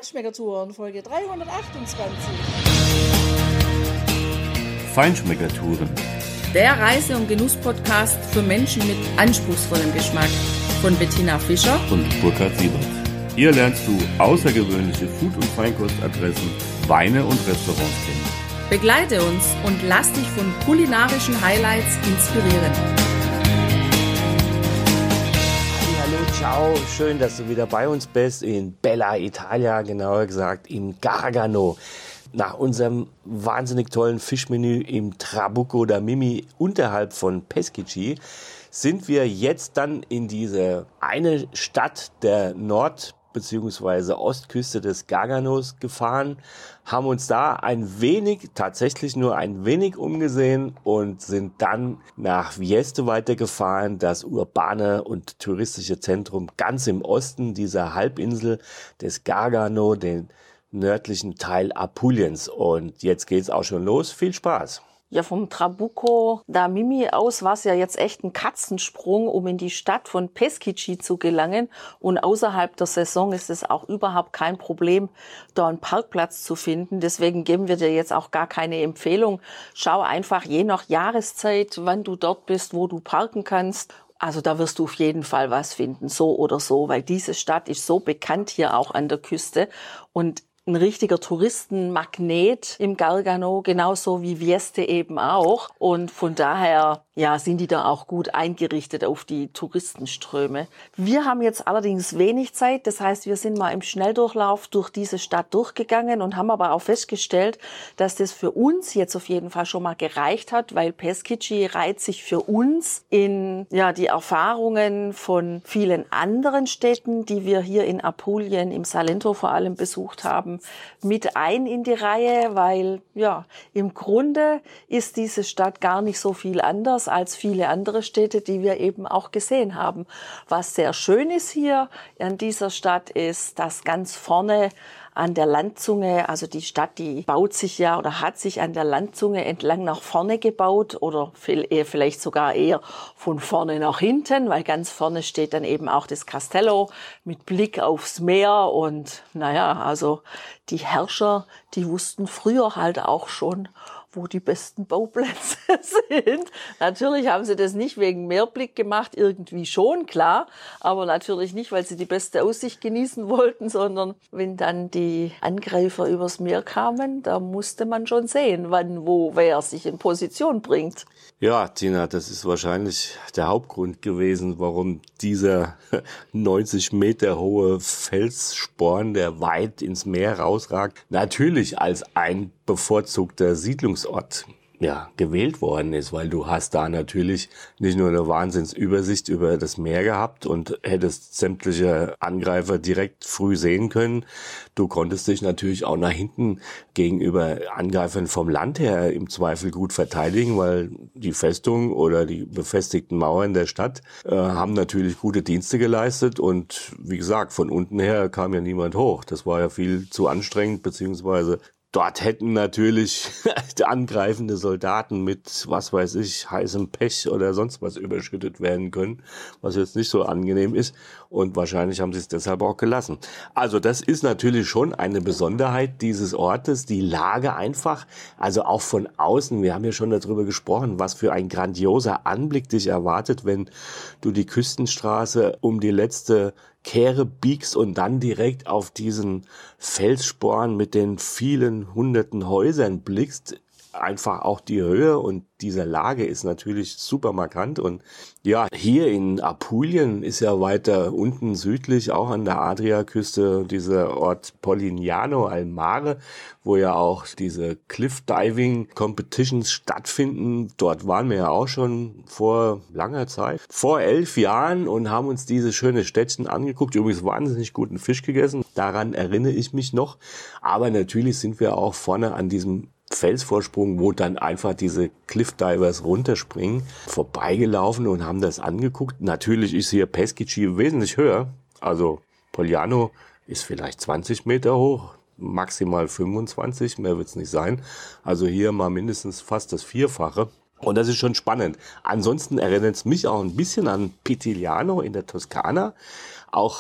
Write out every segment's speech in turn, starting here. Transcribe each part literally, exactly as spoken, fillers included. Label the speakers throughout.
Speaker 1: Feinschmeckertouren, Folge dreihundertachtundzwanzig.
Speaker 2: Feinschmeckertouren.
Speaker 3: Der Reise- und Genuss-Podcast für Menschen mit anspruchsvollem Geschmack. Von Bettina Fischer
Speaker 2: und Burkhard Siebert. Hier lernst du außergewöhnliche Food- und Feinkostadressen, Weine und Restaurants kennen.
Speaker 3: Begleite uns und lass dich von kulinarischen Highlights inspirieren.
Speaker 4: Hallo, ciao, schön, dass du wieder bei uns bist in Bella Italia, genauer gesagt im Gargano. Nach unserem wahnsinnig tollen Fischmenü im Trabucco da Mimmi unterhalb von Peschici sind wir jetzt dann in diese eine Stadt der Nord- bzw. Ostküste des Garganos gefahren, haben uns da ein wenig, tatsächlich nur ein wenig umgesehen und sind dann nach Vieste weitergefahren, das urbane und touristische Zentrum ganz im Osten dieser Halbinsel des Gargano, den nördlichen Teil Apuliens. Und jetzt geht's auch schon los. Viel Spaß!
Speaker 5: Ja, vom Trabucco da Mimmi aus war es ja jetzt echt ein Katzensprung, um in die Stadt von Peschici zu gelangen. Und außerhalb der Saison ist es auch überhaupt kein Problem, da einen Parkplatz zu finden. Deswegen geben wir dir jetzt auch gar keine Empfehlung. Schau einfach je nach Jahreszeit, wann du dort bist, wo du parken kannst. Also da wirst du auf jeden Fall was finden, so oder so, weil diese Stadt ist so bekannt hier auch an der Küste und ein richtiger Touristenmagnet im Gargano, genauso wie Vieste eben auch. Und von daher, ja, sind die da auch gut eingerichtet auf die Touristenströme. Wir haben jetzt allerdings wenig Zeit. Das heißt, wir sind mal im Schnelldurchlauf durch diese Stadt durchgegangen und haben aber auch festgestellt, dass das für uns jetzt auf jeden Fall schon mal gereicht hat, weil Peschici reiht sich für uns in, ja, die Erfahrungen von vielen anderen Städten, die wir hier in Apulien, im Salento vor allem besucht haben, mit ein in die Reihe, weil ja im Grunde ist diese Stadt gar nicht so viel anders als viele andere Städte, die wir eben auch gesehen haben. Was sehr schön ist hier an dieser Stadt ist, dass ganz vorne an der Landzunge, also die Stadt, die baut sich ja oder hat sich an der Landzunge entlang nach vorne gebaut oder vielleicht sogar eher von vorne nach hinten, weil ganz vorne steht dann eben auch das Castello mit Blick aufs Meer und naja, also die Herrscher, die wussten früher halt auch schon, wo die besten Bauplätze sind. Natürlich haben sie das nicht wegen Meerblick gemacht, irgendwie schon, klar, aber natürlich nicht, weil sie die beste Aussicht genießen wollten, sondern wenn dann die Angreifer übers Meer kamen, da musste man schon sehen, wann, wo, wer sich in Position bringt.
Speaker 4: Ja, Tina, das ist wahrscheinlich der Hauptgrund gewesen, warum dieser neunzig Meter hohe Felssporn, der weit ins Meer rausragt, natürlich als ein bevorzugter Siedlungsort ja, gewählt worden ist, weil du hast da natürlich nicht nur eine Wahnsinnsübersicht über das Meer gehabt und hättest sämtliche Angreifer direkt früh sehen können. Du konntest dich natürlich auch nach hinten gegenüber Angreifern vom Land her im Zweifel gut verteidigen, weil die Festung oder die befestigten Mauern der Stadt äh, haben natürlich gute Dienste geleistet und wie gesagt, von unten her kam ja niemand hoch. Das war ja viel zu anstrengend, beziehungsweise dort hätten natürlich angreifende Soldaten mit, was weiß ich, heißem Pech oder sonst was überschüttet werden können, was jetzt nicht so angenehm ist. Und wahrscheinlich haben sie es deshalb auch gelassen. Also das ist natürlich schon eine Besonderheit dieses Ortes, die Lage einfach, also auch von außen. Wir haben ja schon darüber gesprochen, was für ein grandioser Anblick dich erwartet, wenn du die Küstenstraße um die letzte Kehre biegst und dann direkt auf diesen Felssporn mit den vielen hunderten Häusern blickst. Einfach auch die Höhe und diese Lage ist natürlich super markant. Und ja, hier in Apulien ist ja weiter unten südlich, auch an der Adriaküste, dieser Ort Polignano al Mare, wo ja auch diese Cliff-Diving-Competitions stattfinden. Dort waren wir ja auch schon vor langer Zeit, vor elf Jahren und haben uns dieses schöne Städtchen angeguckt. Übrigens wahnsinnig guten Fisch gegessen, daran erinnere ich mich noch. Aber natürlich sind wir auch vorne an diesem Felsvorsprung, wo dann einfach diese Cliffdivers runterspringen, vorbeigelaufen und haben das angeguckt. Natürlich ist hier Peschici wesentlich höher. Also Polignano ist vielleicht zwanzig Meter hoch, maximal fünfundzwanzig, mehr wird's nicht sein. Also hier mal mindestens fast das Vierfache. Und das ist schon spannend. Ansonsten erinnert es mich auch ein bisschen an Pitigliano in der Toskana. Auch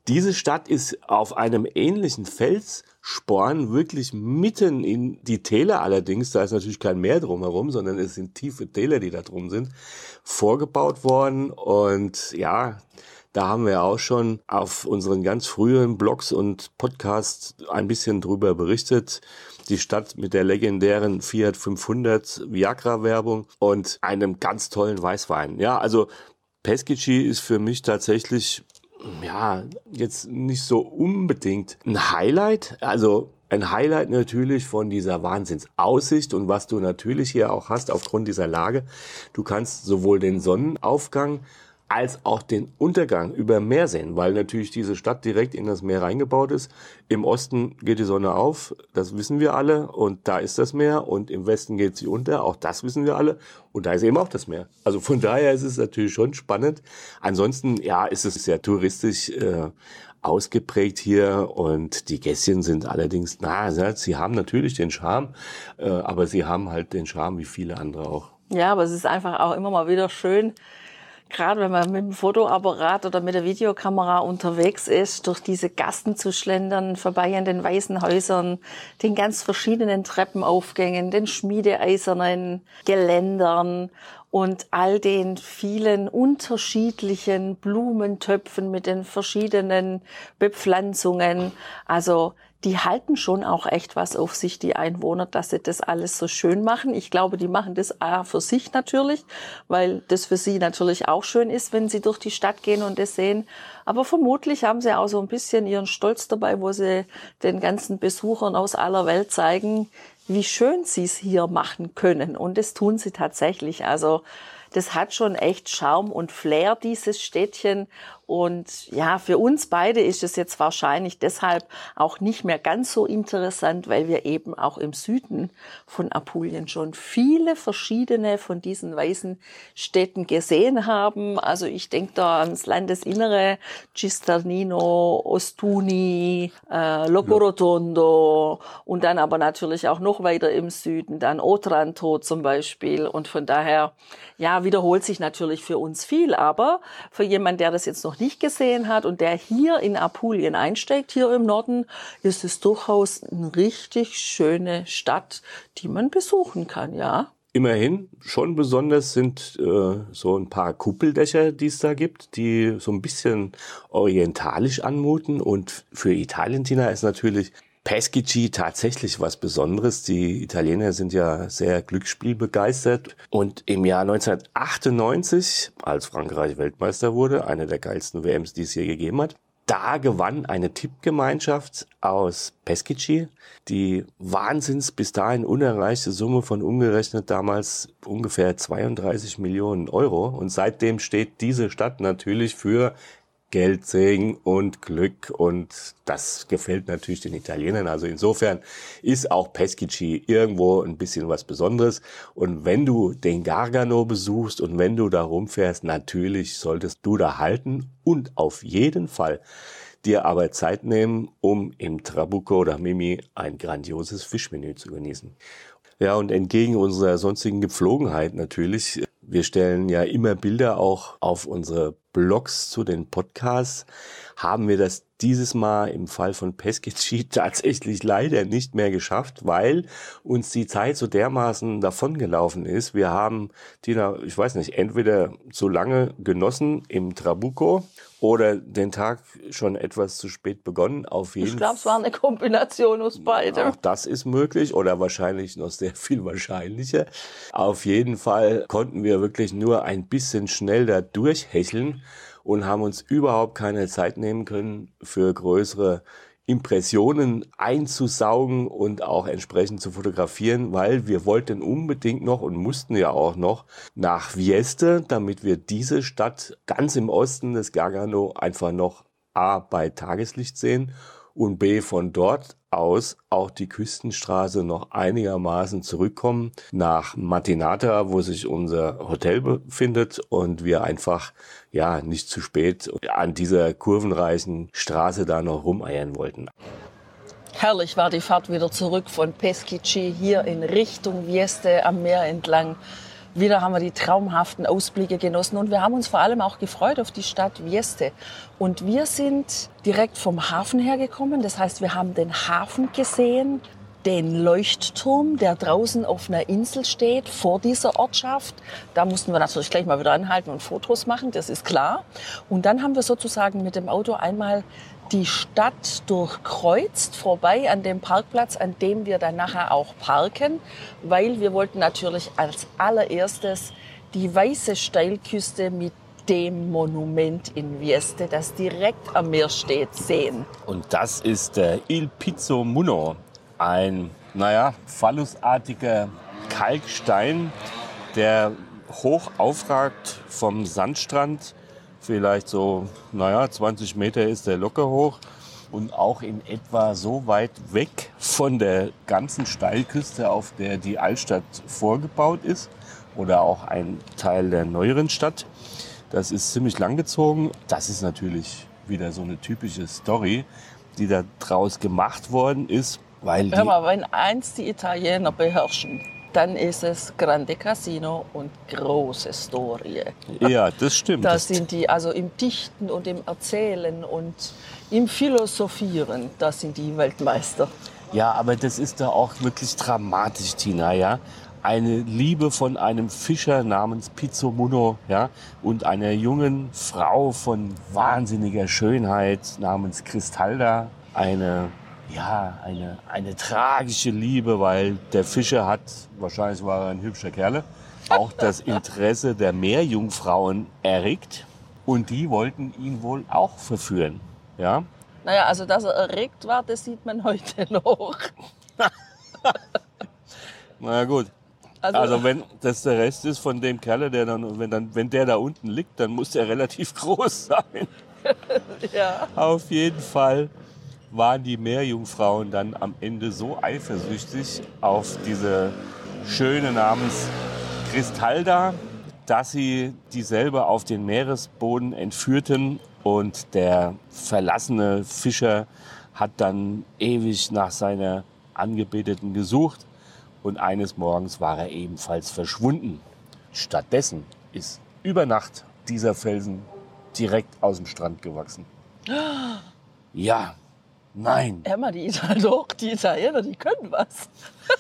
Speaker 4: Diese Stadt ist auf einem ähnlichen Felssporn wirklich mitten in die Täler allerdings, da ist natürlich kein Meer drumherum, sondern es sind tiefe Täler, die da drum sind, vorgebaut worden. Und ja, da haben wir auch schon auf unseren ganz frühen Blogs und Podcasts ein bisschen drüber berichtet. Die Stadt mit der legendären Fiat fünfhundert Viagra-Werbung und einem ganz tollen Weißwein. Ja, also Peschici ist für mich tatsächlich, ja, jetzt nicht so unbedingt ein Highlight. Also ein Highlight natürlich von dieser Wahnsinnsaussicht und was du natürlich hier auch hast aufgrund dieser Lage. Du kannst sowohl den Sonnenaufgang als auch den Untergang über Meer sehen, weil natürlich diese Stadt direkt in das Meer reingebaut ist. Im Osten geht die Sonne auf, das wissen wir alle, und da ist das Meer, und im Westen geht sie unter, auch das wissen wir alle, und da ist eben auch das Meer. Also von daher ist es natürlich schon spannend. Ansonsten, ja, ist es sehr touristisch äh, ausgeprägt hier, und die Gässchen sind allerdings, na, sie haben natürlich den Charme, äh, aber sie haben halt den Charme wie viele andere auch.
Speaker 5: Ja, aber es ist einfach auch immer mal wieder schön, gerade wenn man mit dem Fotoapparat oder mit der Videokamera unterwegs ist, durch diese Gassen zu schlendern, vorbei an den weißen Häusern, den ganz verschiedenen Treppenaufgängen, den schmiedeeisernen Geländern und all den vielen unterschiedlichen Blumentöpfen mit den verschiedenen Bepflanzungen. Also die halten schon auch echt was auf sich, die Einwohner, dass sie das alles so schön machen. Ich glaube, die machen das auch für sich natürlich, weil das für sie natürlich auch schön ist, wenn sie durch die Stadt gehen und das sehen. Aber vermutlich haben sie auch so ein bisschen ihren Stolz dabei, wo sie den ganzen Besuchern aus aller Welt zeigen, wie schön sie es hier machen können. Und das tun sie tatsächlich. Also das hat schon echt Charme und Flair, dieses Städtchen. Und ja, für uns beide ist es jetzt wahrscheinlich deshalb auch nicht mehr ganz so interessant, weil wir eben auch im Süden von Apulien schon viele verschiedene von diesen weißen Städten gesehen haben. Also ich denke da ans Landesinnere, Cisternino, Ostuni, äh, Locorotondo und dann aber natürlich auch noch weiter im Süden, dann Otranto zum Beispiel. Und von daher, ja, wiederholt sich natürlich für uns viel, aber für jemanden, der das jetzt noch nicht gesehen hat und der hier in Apulien einsteigt, hier im Norden, ist es durchaus eine richtig schöne Stadt, die man besuchen kann, ja.
Speaker 4: Immerhin, schon besonders sind äh, so ein paar Kuppeldächer, die es da gibt, die so ein bisschen orientalisch anmuten, und für Italien-Tina ist natürlich Peschici tatsächlich was Besonderes. Die Italiener sind ja sehr glücksspielbegeistert. Und im Jahr neunzehnhundertachtundneunzig, als Frankreich Weltmeister wurde, eine der geilsten W Ms, die es je gegeben hat, da gewann eine Tippgemeinschaft aus Peschici die wahnsinns bis dahin unerreichte Summe von umgerechnet damals ungefähr zweiunddreißig Millionen Euro. Und seitdem steht diese Stadt natürlich für Geld, Segen und Glück, und das gefällt natürlich den Italienern. Also insofern ist auch Peschici irgendwo ein bisschen was Besonderes. Und wenn du den Gargano besuchst und wenn du da rumfährst, natürlich solltest du da halten und auf jeden Fall dir aber Zeit nehmen, um im Trabucco da Mimi ein grandioses Fischmenü zu genießen. Ja, und entgegen unserer sonstigen Gepflogenheit natürlich, wir stellen ja immer Bilder auch auf unsere Blogs zu den Podcasts, haben wir das dieses Mal im Fall von Peschici tatsächlich leider nicht mehr geschafft, weil uns die Zeit so dermaßen davongelaufen ist. Wir haben, Tina, ich weiß nicht, entweder zu lange genossen im Trabucco oder den Tag schon etwas zu spät begonnen. Auf jeden
Speaker 5: Ich glaube, es war eine Kombination aus beidem.
Speaker 4: Auch das ist möglich oder wahrscheinlich noch sehr viel wahrscheinlicher. Auf jeden Fall konnten wir wirklich nur ein bisschen schnell da durchhecheln und haben uns überhaupt keine Zeit nehmen können, für größere Impressionen einzusaugen und auch entsprechend zu fotografieren, weil wir wollten unbedingt noch und mussten ja auch noch nach Vieste, damit wir diese Stadt ganz im Osten des Gargano einfach noch A bei Tageslicht sehen und B von dort aus auch die Küstenstraße noch einigermaßen zurückkommen nach Mattinata, wo sich unser Hotel befindet, und wir einfach ja nicht zu spät an dieser kurvenreichen Straße da noch rumeiern wollten.
Speaker 5: Herrlich war die Fahrt wieder zurück von Peschici hier in Richtung Vieste am Meer entlang. Wieder haben wir die traumhaften Ausblicke genossen und wir haben uns vor allem auch gefreut auf die Stadt Vieste. Und wir sind direkt vom Hafen hergekommen, das heißt, wir haben den Hafen gesehen, den Leuchtturm, der draußen auf einer Insel steht, vor dieser Ortschaft. Da mussten wir natürlich gleich mal wieder anhalten und Fotos machen, das ist klar. Und dann haben wir sozusagen mit dem Auto einmal die Stadt durchkreuzt, vorbei an dem Parkplatz, an dem wir dann nachher auch parken, weil wir wollten natürlich als allererstes die weiße Steilküste mit dem Monument in Vieste, das direkt am Meer steht, sehen.
Speaker 4: Und das ist der Il Pizzo Munno, ein, naja, phallusartiger Kalkstein, der hoch aufragt vom Sandstrand. Vielleicht so, naja, zwanzig Meter ist der locker hoch und auch in etwa so weit weg von der ganzen Steilküste, auf der die Altstadt vorgebaut ist oder auch ein Teil der neueren Stadt. Das ist ziemlich langgezogen. Das ist natürlich wieder so eine typische Story, die da draus gemacht worden ist, weil die...
Speaker 5: Hör mal, wenn eins die Italiener beherrschen, dann ist es Grande Casino und große Story.
Speaker 4: Ja, das stimmt.
Speaker 5: Da sind die also im Dichten und im Erzählen und im Philosophieren, da sind die Weltmeister.
Speaker 4: Ja, aber das ist da auch wirklich dramatisch, Tina, ja. Eine Liebe von einem Fischer namens Pizzo Munno, ja, und einer jungen Frau von wahnsinniger Schönheit namens Cristalda. Eine, ja, eine, eine tragische Liebe, weil der Fischer hat, wahrscheinlich war er ein hübscher Kerl, auch das Interesse der Meerjungfrauen erregt. Und die wollten ihn wohl auch verführen, ja.
Speaker 5: Naja, also dass er erregt war, das sieht man heute noch.
Speaker 4: Na ja, gut. Also, also wenn das der Rest ist von dem Kerl, der dann, wenn, dann, wenn der da unten liegt, dann muss der relativ groß sein.
Speaker 5: Ja.
Speaker 4: Auf jeden Fall waren die Meerjungfrauen dann am Ende so eifersüchtig auf diese Schöne namens Cristalda, dass sie dieselbe auf den Meeresboden entführten. Und der verlassene Fischer hat dann ewig nach seiner Angebeteten gesucht. Und eines Morgens war er ebenfalls verschwunden. Stattdessen ist über Nacht dieser Felsen direkt aus dem Strand gewachsen. Ja, nein.
Speaker 5: Hör mal, die, doch, die Italiener, die können was.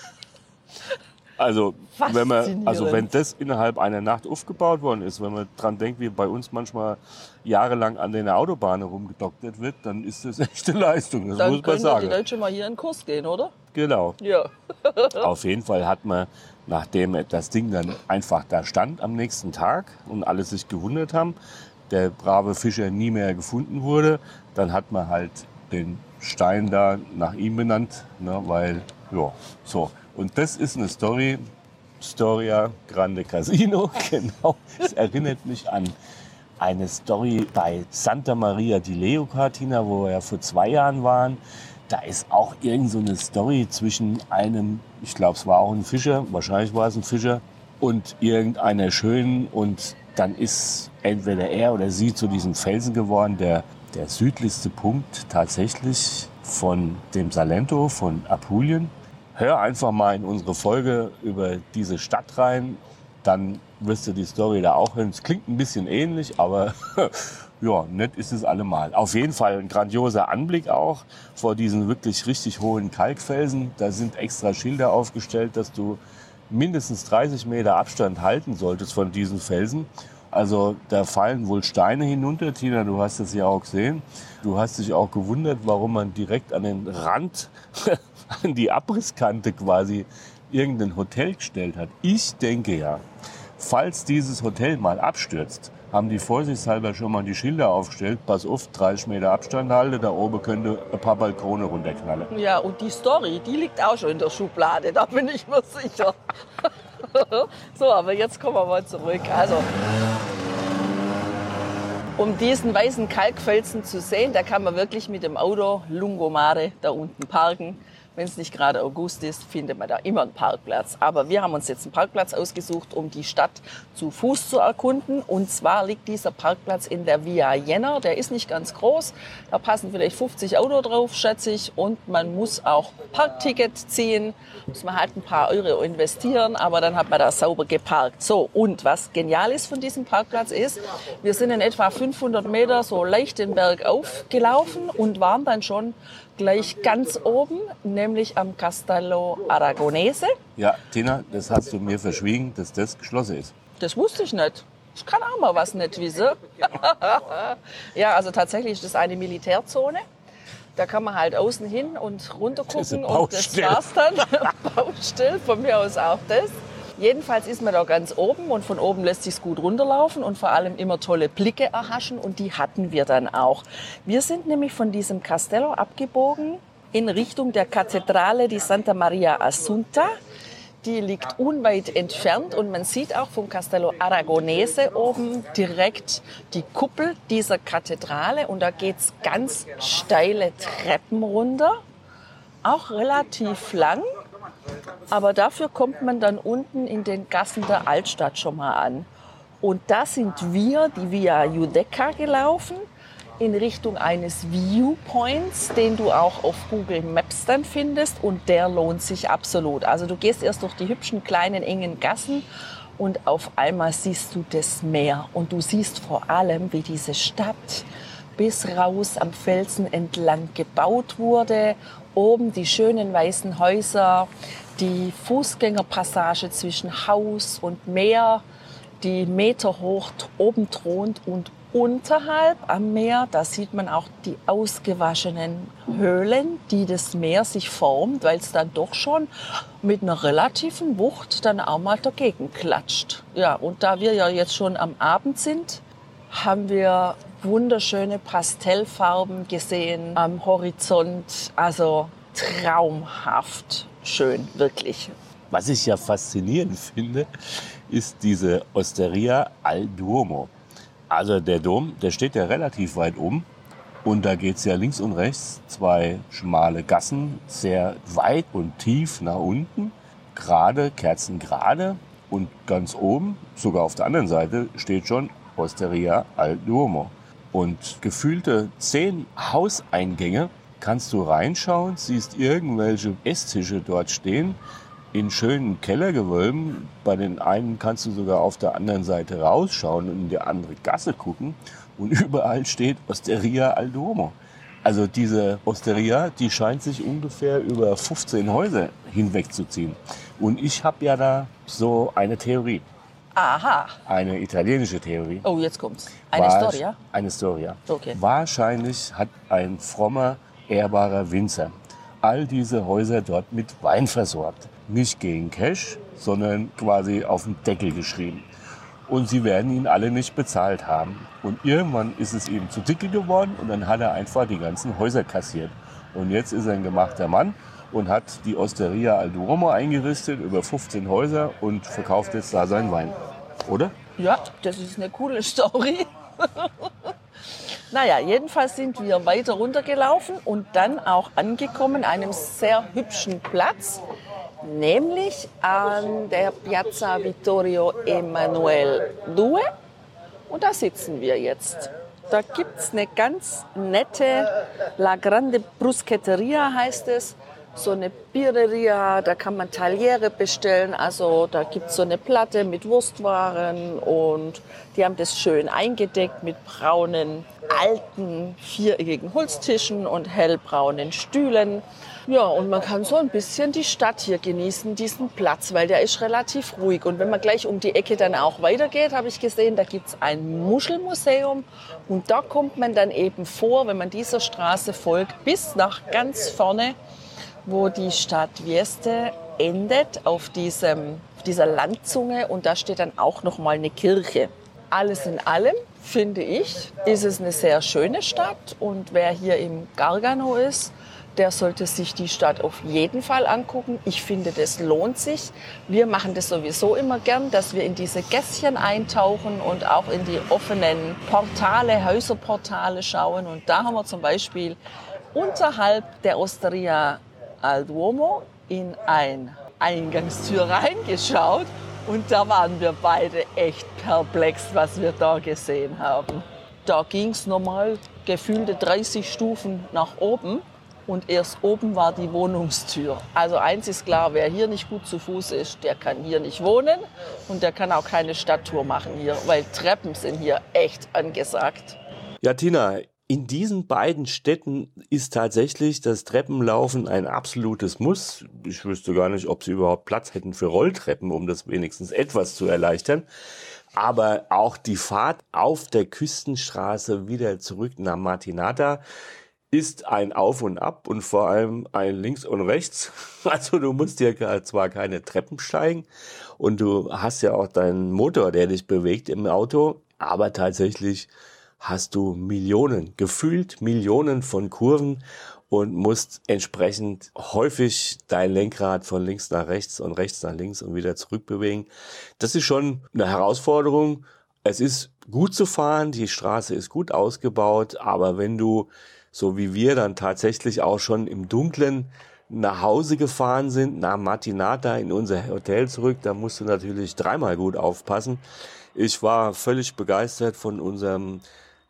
Speaker 4: Also wenn, man, also wenn das innerhalb einer Nacht aufgebaut worden ist, wenn man dran denkt, wie bei uns manchmal jahrelang an den Autobahnen rumgedoktert wird, dann ist das echt eine Leistung, das
Speaker 5: dann
Speaker 4: muss man sagen.
Speaker 5: Dann können die Deutschen mal hier in den Kurs gehen, oder?
Speaker 4: Genau.
Speaker 5: Ja.
Speaker 4: Auf jeden Fall hat man, nachdem das Ding dann einfach da stand am nächsten Tag und alle sich gewundert haben, der brave Fischer nie mehr gefunden wurde, dann hat man halt den Stein da nach ihm benannt, ne, weil, ja, so. Und das ist eine Story, Storia Grande Casino, genau. Es erinnert mich an eine Story bei Santa Maria di Leuca, Tina, wo wir ja vor zwei Jahren waren. Da ist auch irgend so eine Story zwischen einem, ich glaube, es war auch ein Fischer, wahrscheinlich war es ein Fischer, und irgendeiner Schönen. Und dann ist entweder er oder sie zu diesem Felsen geworden, der, der südlichste Punkt tatsächlich von dem Salento, von Apulien. Hör einfach mal in unsere Folge über diese Stadt rein, dann wirst du die Story da auch hören. Es klingt ein bisschen ähnlich, aber ja, nett ist es allemal. Auf jeden Fall ein grandioser Anblick auch vor diesen wirklich richtig hohen Kalkfelsen. Da sind extra Schilder aufgestellt, dass du mindestens dreißig Meter Abstand halten solltest von diesen Felsen. Also da fallen wohl Steine hinunter, Tina, du hast es ja auch gesehen. Du hast dich auch gewundert, warum man direkt an den Rand, an die Abrisskante quasi irgendein Hotel gestellt hat. Ich denke ja, falls dieses Hotel mal abstürzt, haben die vorsichtshalber schon mal die Schilder aufgestellt. Pass auf, dreißig Meter Abstand halte, da oben könnte ein paar Balkone runterknallen.
Speaker 5: Ja, und die Story, die liegt auch schon in der Schublade, da bin ich mir sicher. So, aber jetzt kommen wir mal zurück. Also, um diesen weißen Kalkfelsen zu sehen, da kann man wirklich mit dem Auto Lungomare da unten parken. Wenn es nicht gerade August ist, findet man da immer einen Parkplatz. Aber wir haben uns jetzt einen Parkplatz ausgesucht, um die Stadt zu Fuß zu erkunden. Und zwar liegt dieser Parkplatz in der Via Jenner. Der ist nicht ganz groß. Da passen vielleicht fünfzig Autos drauf, schätze ich. Und man muss auch Parkticket ziehen. Muss man halt ein paar Euro investieren, aber dann hat man da sauber geparkt. So, und was genial ist von diesem Parkplatz ist, wir sind in etwa fünfhundert Meter so leicht den Berg aufgelaufen und waren dann schon gleich ganz oben, nämlich am Castello Aragonese.
Speaker 4: Ja, Tina, das hast du mir verschwiegen, dass das geschlossen ist.
Speaker 5: Das wusste ich nicht. Ich kann auch mal was nicht wissen. Ja, also tatsächlich ist das eine Militärzone. Da kann man halt außen hin und runter gucken und das war's dann. Baustelle, von mir aus auch das. Jedenfalls ist man da ganz oben und von oben lässt sich's gut runterlaufen und vor allem immer tolle Blicke erhaschen und die hatten wir dann auch. Wir sind nämlich von diesem Castello abgebogen in Richtung der Kathedrale di Santa Maria Assunta. Die liegt unweit entfernt und man sieht auch vom Castello Aragonese oben direkt die Kuppel dieser Kathedrale und da geht's ganz steile Treppen runter, auch relativ lang. Aber dafür kommt man dann unten in den Gassen der Altstadt schon mal an. Und da sind wir, die Via Giudecca, gelaufen, in Richtung eines Viewpoints, den du auch auf Google Maps dann findest. Und der lohnt sich absolut. Also du gehst erst durch die hübschen, kleinen, engen Gassen und auf einmal siehst du das Meer. Und du siehst vor allem, wie diese Stadt bis raus am Felsen entlang gebaut wurde. Oben die schönen weißen Häuser, die Fußgängerpassage zwischen Haus und Meer, die meterhoch oben thront und unterhalb am Meer, da sieht man auch die ausgewaschenen Höhlen, die das Meer sich formt, weil es dann doch schon mit einer relativen Wucht dann auch mal dagegen klatscht. Ja, und da wir ja jetzt schon am Abend sind, haben wir wunderschöne Pastellfarben gesehen am Horizont. Also traumhaft schön, wirklich.
Speaker 4: Was ich ja faszinierend finde, ist diese Osteria al Duomo. Also der Dom, der steht ja relativ weit oben. Und da geht es ja links und rechts zwei schmale Gassen, sehr weit und tief nach unten. Gerade, kerzengerade. Und ganz oben, sogar auf der anderen Seite, steht schon Osteria al Duomo. Und gefühlte zehn Hauseingänge kannst du reinschauen, siehst irgendwelche Esstische dort stehen, in schönen Kellergewölben. Bei den einen kannst du sogar auf der anderen Seite rausschauen und in die andere Gasse gucken. Und überall steht Osteria al Duomo. Also diese Osteria, die scheint sich ungefähr über fünfzehn Häuser hinwegzuziehen. Und ich habe ja da so eine Theorie.
Speaker 5: Aha.
Speaker 4: Eine italienische Theorie.
Speaker 5: Oh, jetzt kommt's. Eine
Speaker 4: War-
Speaker 5: Storia?
Speaker 4: Eine Storia.
Speaker 5: Okay.
Speaker 4: Wahrscheinlich hat ein frommer, ehrbarer Winzer all diese Häuser dort mit Wein versorgt. Nicht gegen Cash, sondern quasi auf den Deckel geschrieben. Und sie werden ihn alle nicht bezahlt haben. Und irgendwann ist es ihm zu dicke geworden und dann hat er einfach die ganzen Häuser kassiert. Und jetzt ist er ein gemachter Mann und hat die Osteria al Duomo eingerichtet, über fünfzehn Häuser und verkauft jetzt da seinen Wein. Oder?
Speaker 5: Ja, das ist eine coole Story. Naja, jedenfalls sind wir weiter runtergelaufen und dann auch angekommen an einem sehr hübschen Platz, nämlich an der Piazza Vittorio Emanuele zwei. Und da sitzen wir jetzt. Da gibt es eine ganz nette La Grande Bruschetteria, heißt es. So eine Birreria, da kann man Tagliere bestellen. Also da gibt es so eine Platte mit Wurstwaren und die haben das schön eingedeckt mit braunen, alten, viereckigen Holztischen und hellbraunen Stühlen. Ja, und man kann so ein bisschen die Stadt hier genießen, diesen Platz, weil der ist relativ ruhig. Und wenn man gleich um die Ecke dann auch weitergeht, habe ich gesehen, da gibt es ein Muschelmuseum. Und da kommt man dann eben vor, wenn man dieser Straße folgt, bis nach ganz vorne, wo die Stadt Vieste endet, auf, diesem, auf dieser Landzunge. Und da steht dann auch noch mal eine Kirche. Alles in allem, finde ich, ist es eine sehr schöne Stadt. Und wer hier im Gargano ist, der sollte sich die Stadt auf jeden Fall angucken. Ich finde, das lohnt sich. Wir machen das sowieso immer gern, dass wir in diese Gässchen eintauchen und auch in die offenen Portale, Häuserportale schauen. Und da haben wir zum Beispiel unterhalb der Osteria
Speaker 6: al Duomo in eine Eingangstür reingeschaut und da waren wir beide echt perplex, was wir da gesehen haben. Da ging es nochmal gefühlte dreißig Stufen nach oben und erst oben war die Wohnungstür. Also eins ist klar, wer hier nicht gut zu Fuß ist, der kann hier nicht wohnen und der kann auch keine Stadttour machen hier, weil Treppen sind hier echt angesagt.
Speaker 4: Ja, Tina, in diesen beiden Städten ist tatsächlich das Treppenlaufen ein absolutes Muss. Ich wüsste gar nicht, ob sie überhaupt Platz hätten für Rolltreppen, um das wenigstens etwas zu erleichtern. Aber auch die Fahrt auf der Küstenstraße wieder zurück nach Martinata ist ein Auf und Ab und vor allem ein Links und Rechts. Also du musst dir zwar keine Treppen steigen und du hast ja auch deinen Motor, der dich bewegt im Auto, aber tatsächlich hast du Millionen, gefühlt Millionen von Kurven und musst entsprechend häufig dein Lenkrad von links nach rechts und rechts nach links und wieder zurückbewegen. Das ist schon eine Herausforderung. Es ist gut zu fahren, die Straße ist gut ausgebaut, aber wenn du, so wie wir, dann tatsächlich auch schon im Dunkeln nach Hause gefahren sind, nach Martinata in unser Hotel zurück, da musst du natürlich dreimal gut aufpassen. Ich war völlig begeistert von unserem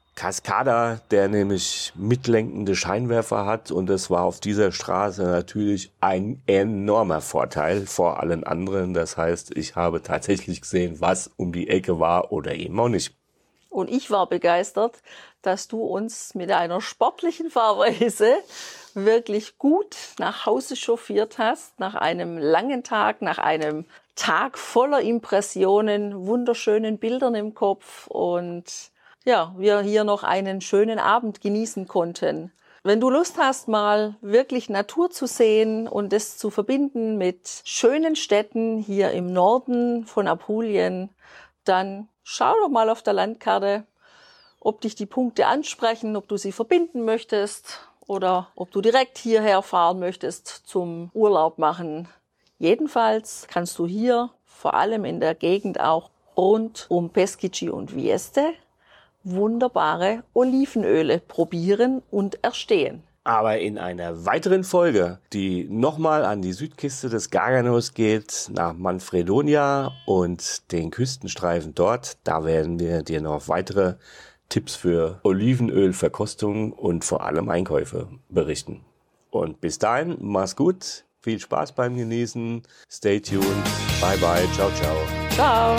Speaker 4: Cascada, der nämlich mitlenkende Scheinwerfer hat und das war auf dieser Straße natürlich ein enormer Vorteil vor allen anderen. Das heißt, ich habe tatsächlich gesehen, was um die Ecke war oder eben auch nicht.
Speaker 5: Und ich war begeistert, dass du uns mit einer sportlichen Fahrweise wirklich gut nach Hause chauffiert hast, nach einem langen Tag, nach einem Tag voller Impressionen, wunderschönen Bildern im Kopf und ja, wir hier noch einen schönen Abend genießen konnten. Wenn du Lust hast, mal wirklich Natur zu sehen und es zu verbinden mit schönen Städten hier im Norden von Apulien, dann schau doch mal auf der Landkarte, ob dich die Punkte ansprechen, ob du sie verbinden möchtest oder ob du direkt hierher fahren möchtest zum Urlaub machen. Jedenfalls kannst du hier, vor allem in der Gegend auch rund um Peschici und Vieste, wunderbare Olivenöle probieren und erstehen.
Speaker 4: Aber in einer weiteren Folge, die nochmal an die Südküste des Garganos geht, nach Manfredonia und den Küstenstreifen dort, da werden wir dir noch weitere Tipps für Olivenölverkostung und vor allem Einkäufe berichten. Und bis dahin, mach's gut, viel Spaß beim Genießen, stay tuned, bye bye, ciao, ciao.
Speaker 5: Ciao.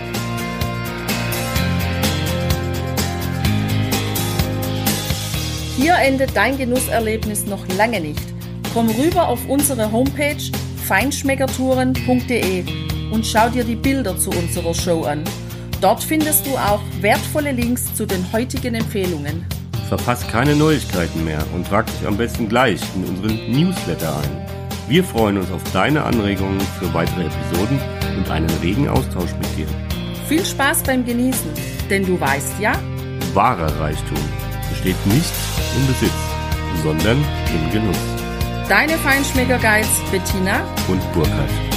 Speaker 3: Hier endet dein Genusserlebnis noch lange nicht. Komm rüber auf unsere Homepage feinschmeckertouren punkt de und schau dir die Bilder zu unserer Show an. Dort findest du auch wertvolle Links zu den heutigen Empfehlungen.
Speaker 2: Verpasst keine Neuigkeiten mehr und trag dich am besten gleich in unseren Newsletter ein. Wir freuen uns auf deine Anregungen für weitere Episoden und einen regen Austausch mit dir.
Speaker 3: Viel Spaß beim Genießen, denn du weißt ja,
Speaker 2: Wahrer Reichtum besteht nicht im Besitz, sondern im Genuss.
Speaker 3: deine Feinschmecker-Guides Bettina
Speaker 2: Und Burkhard.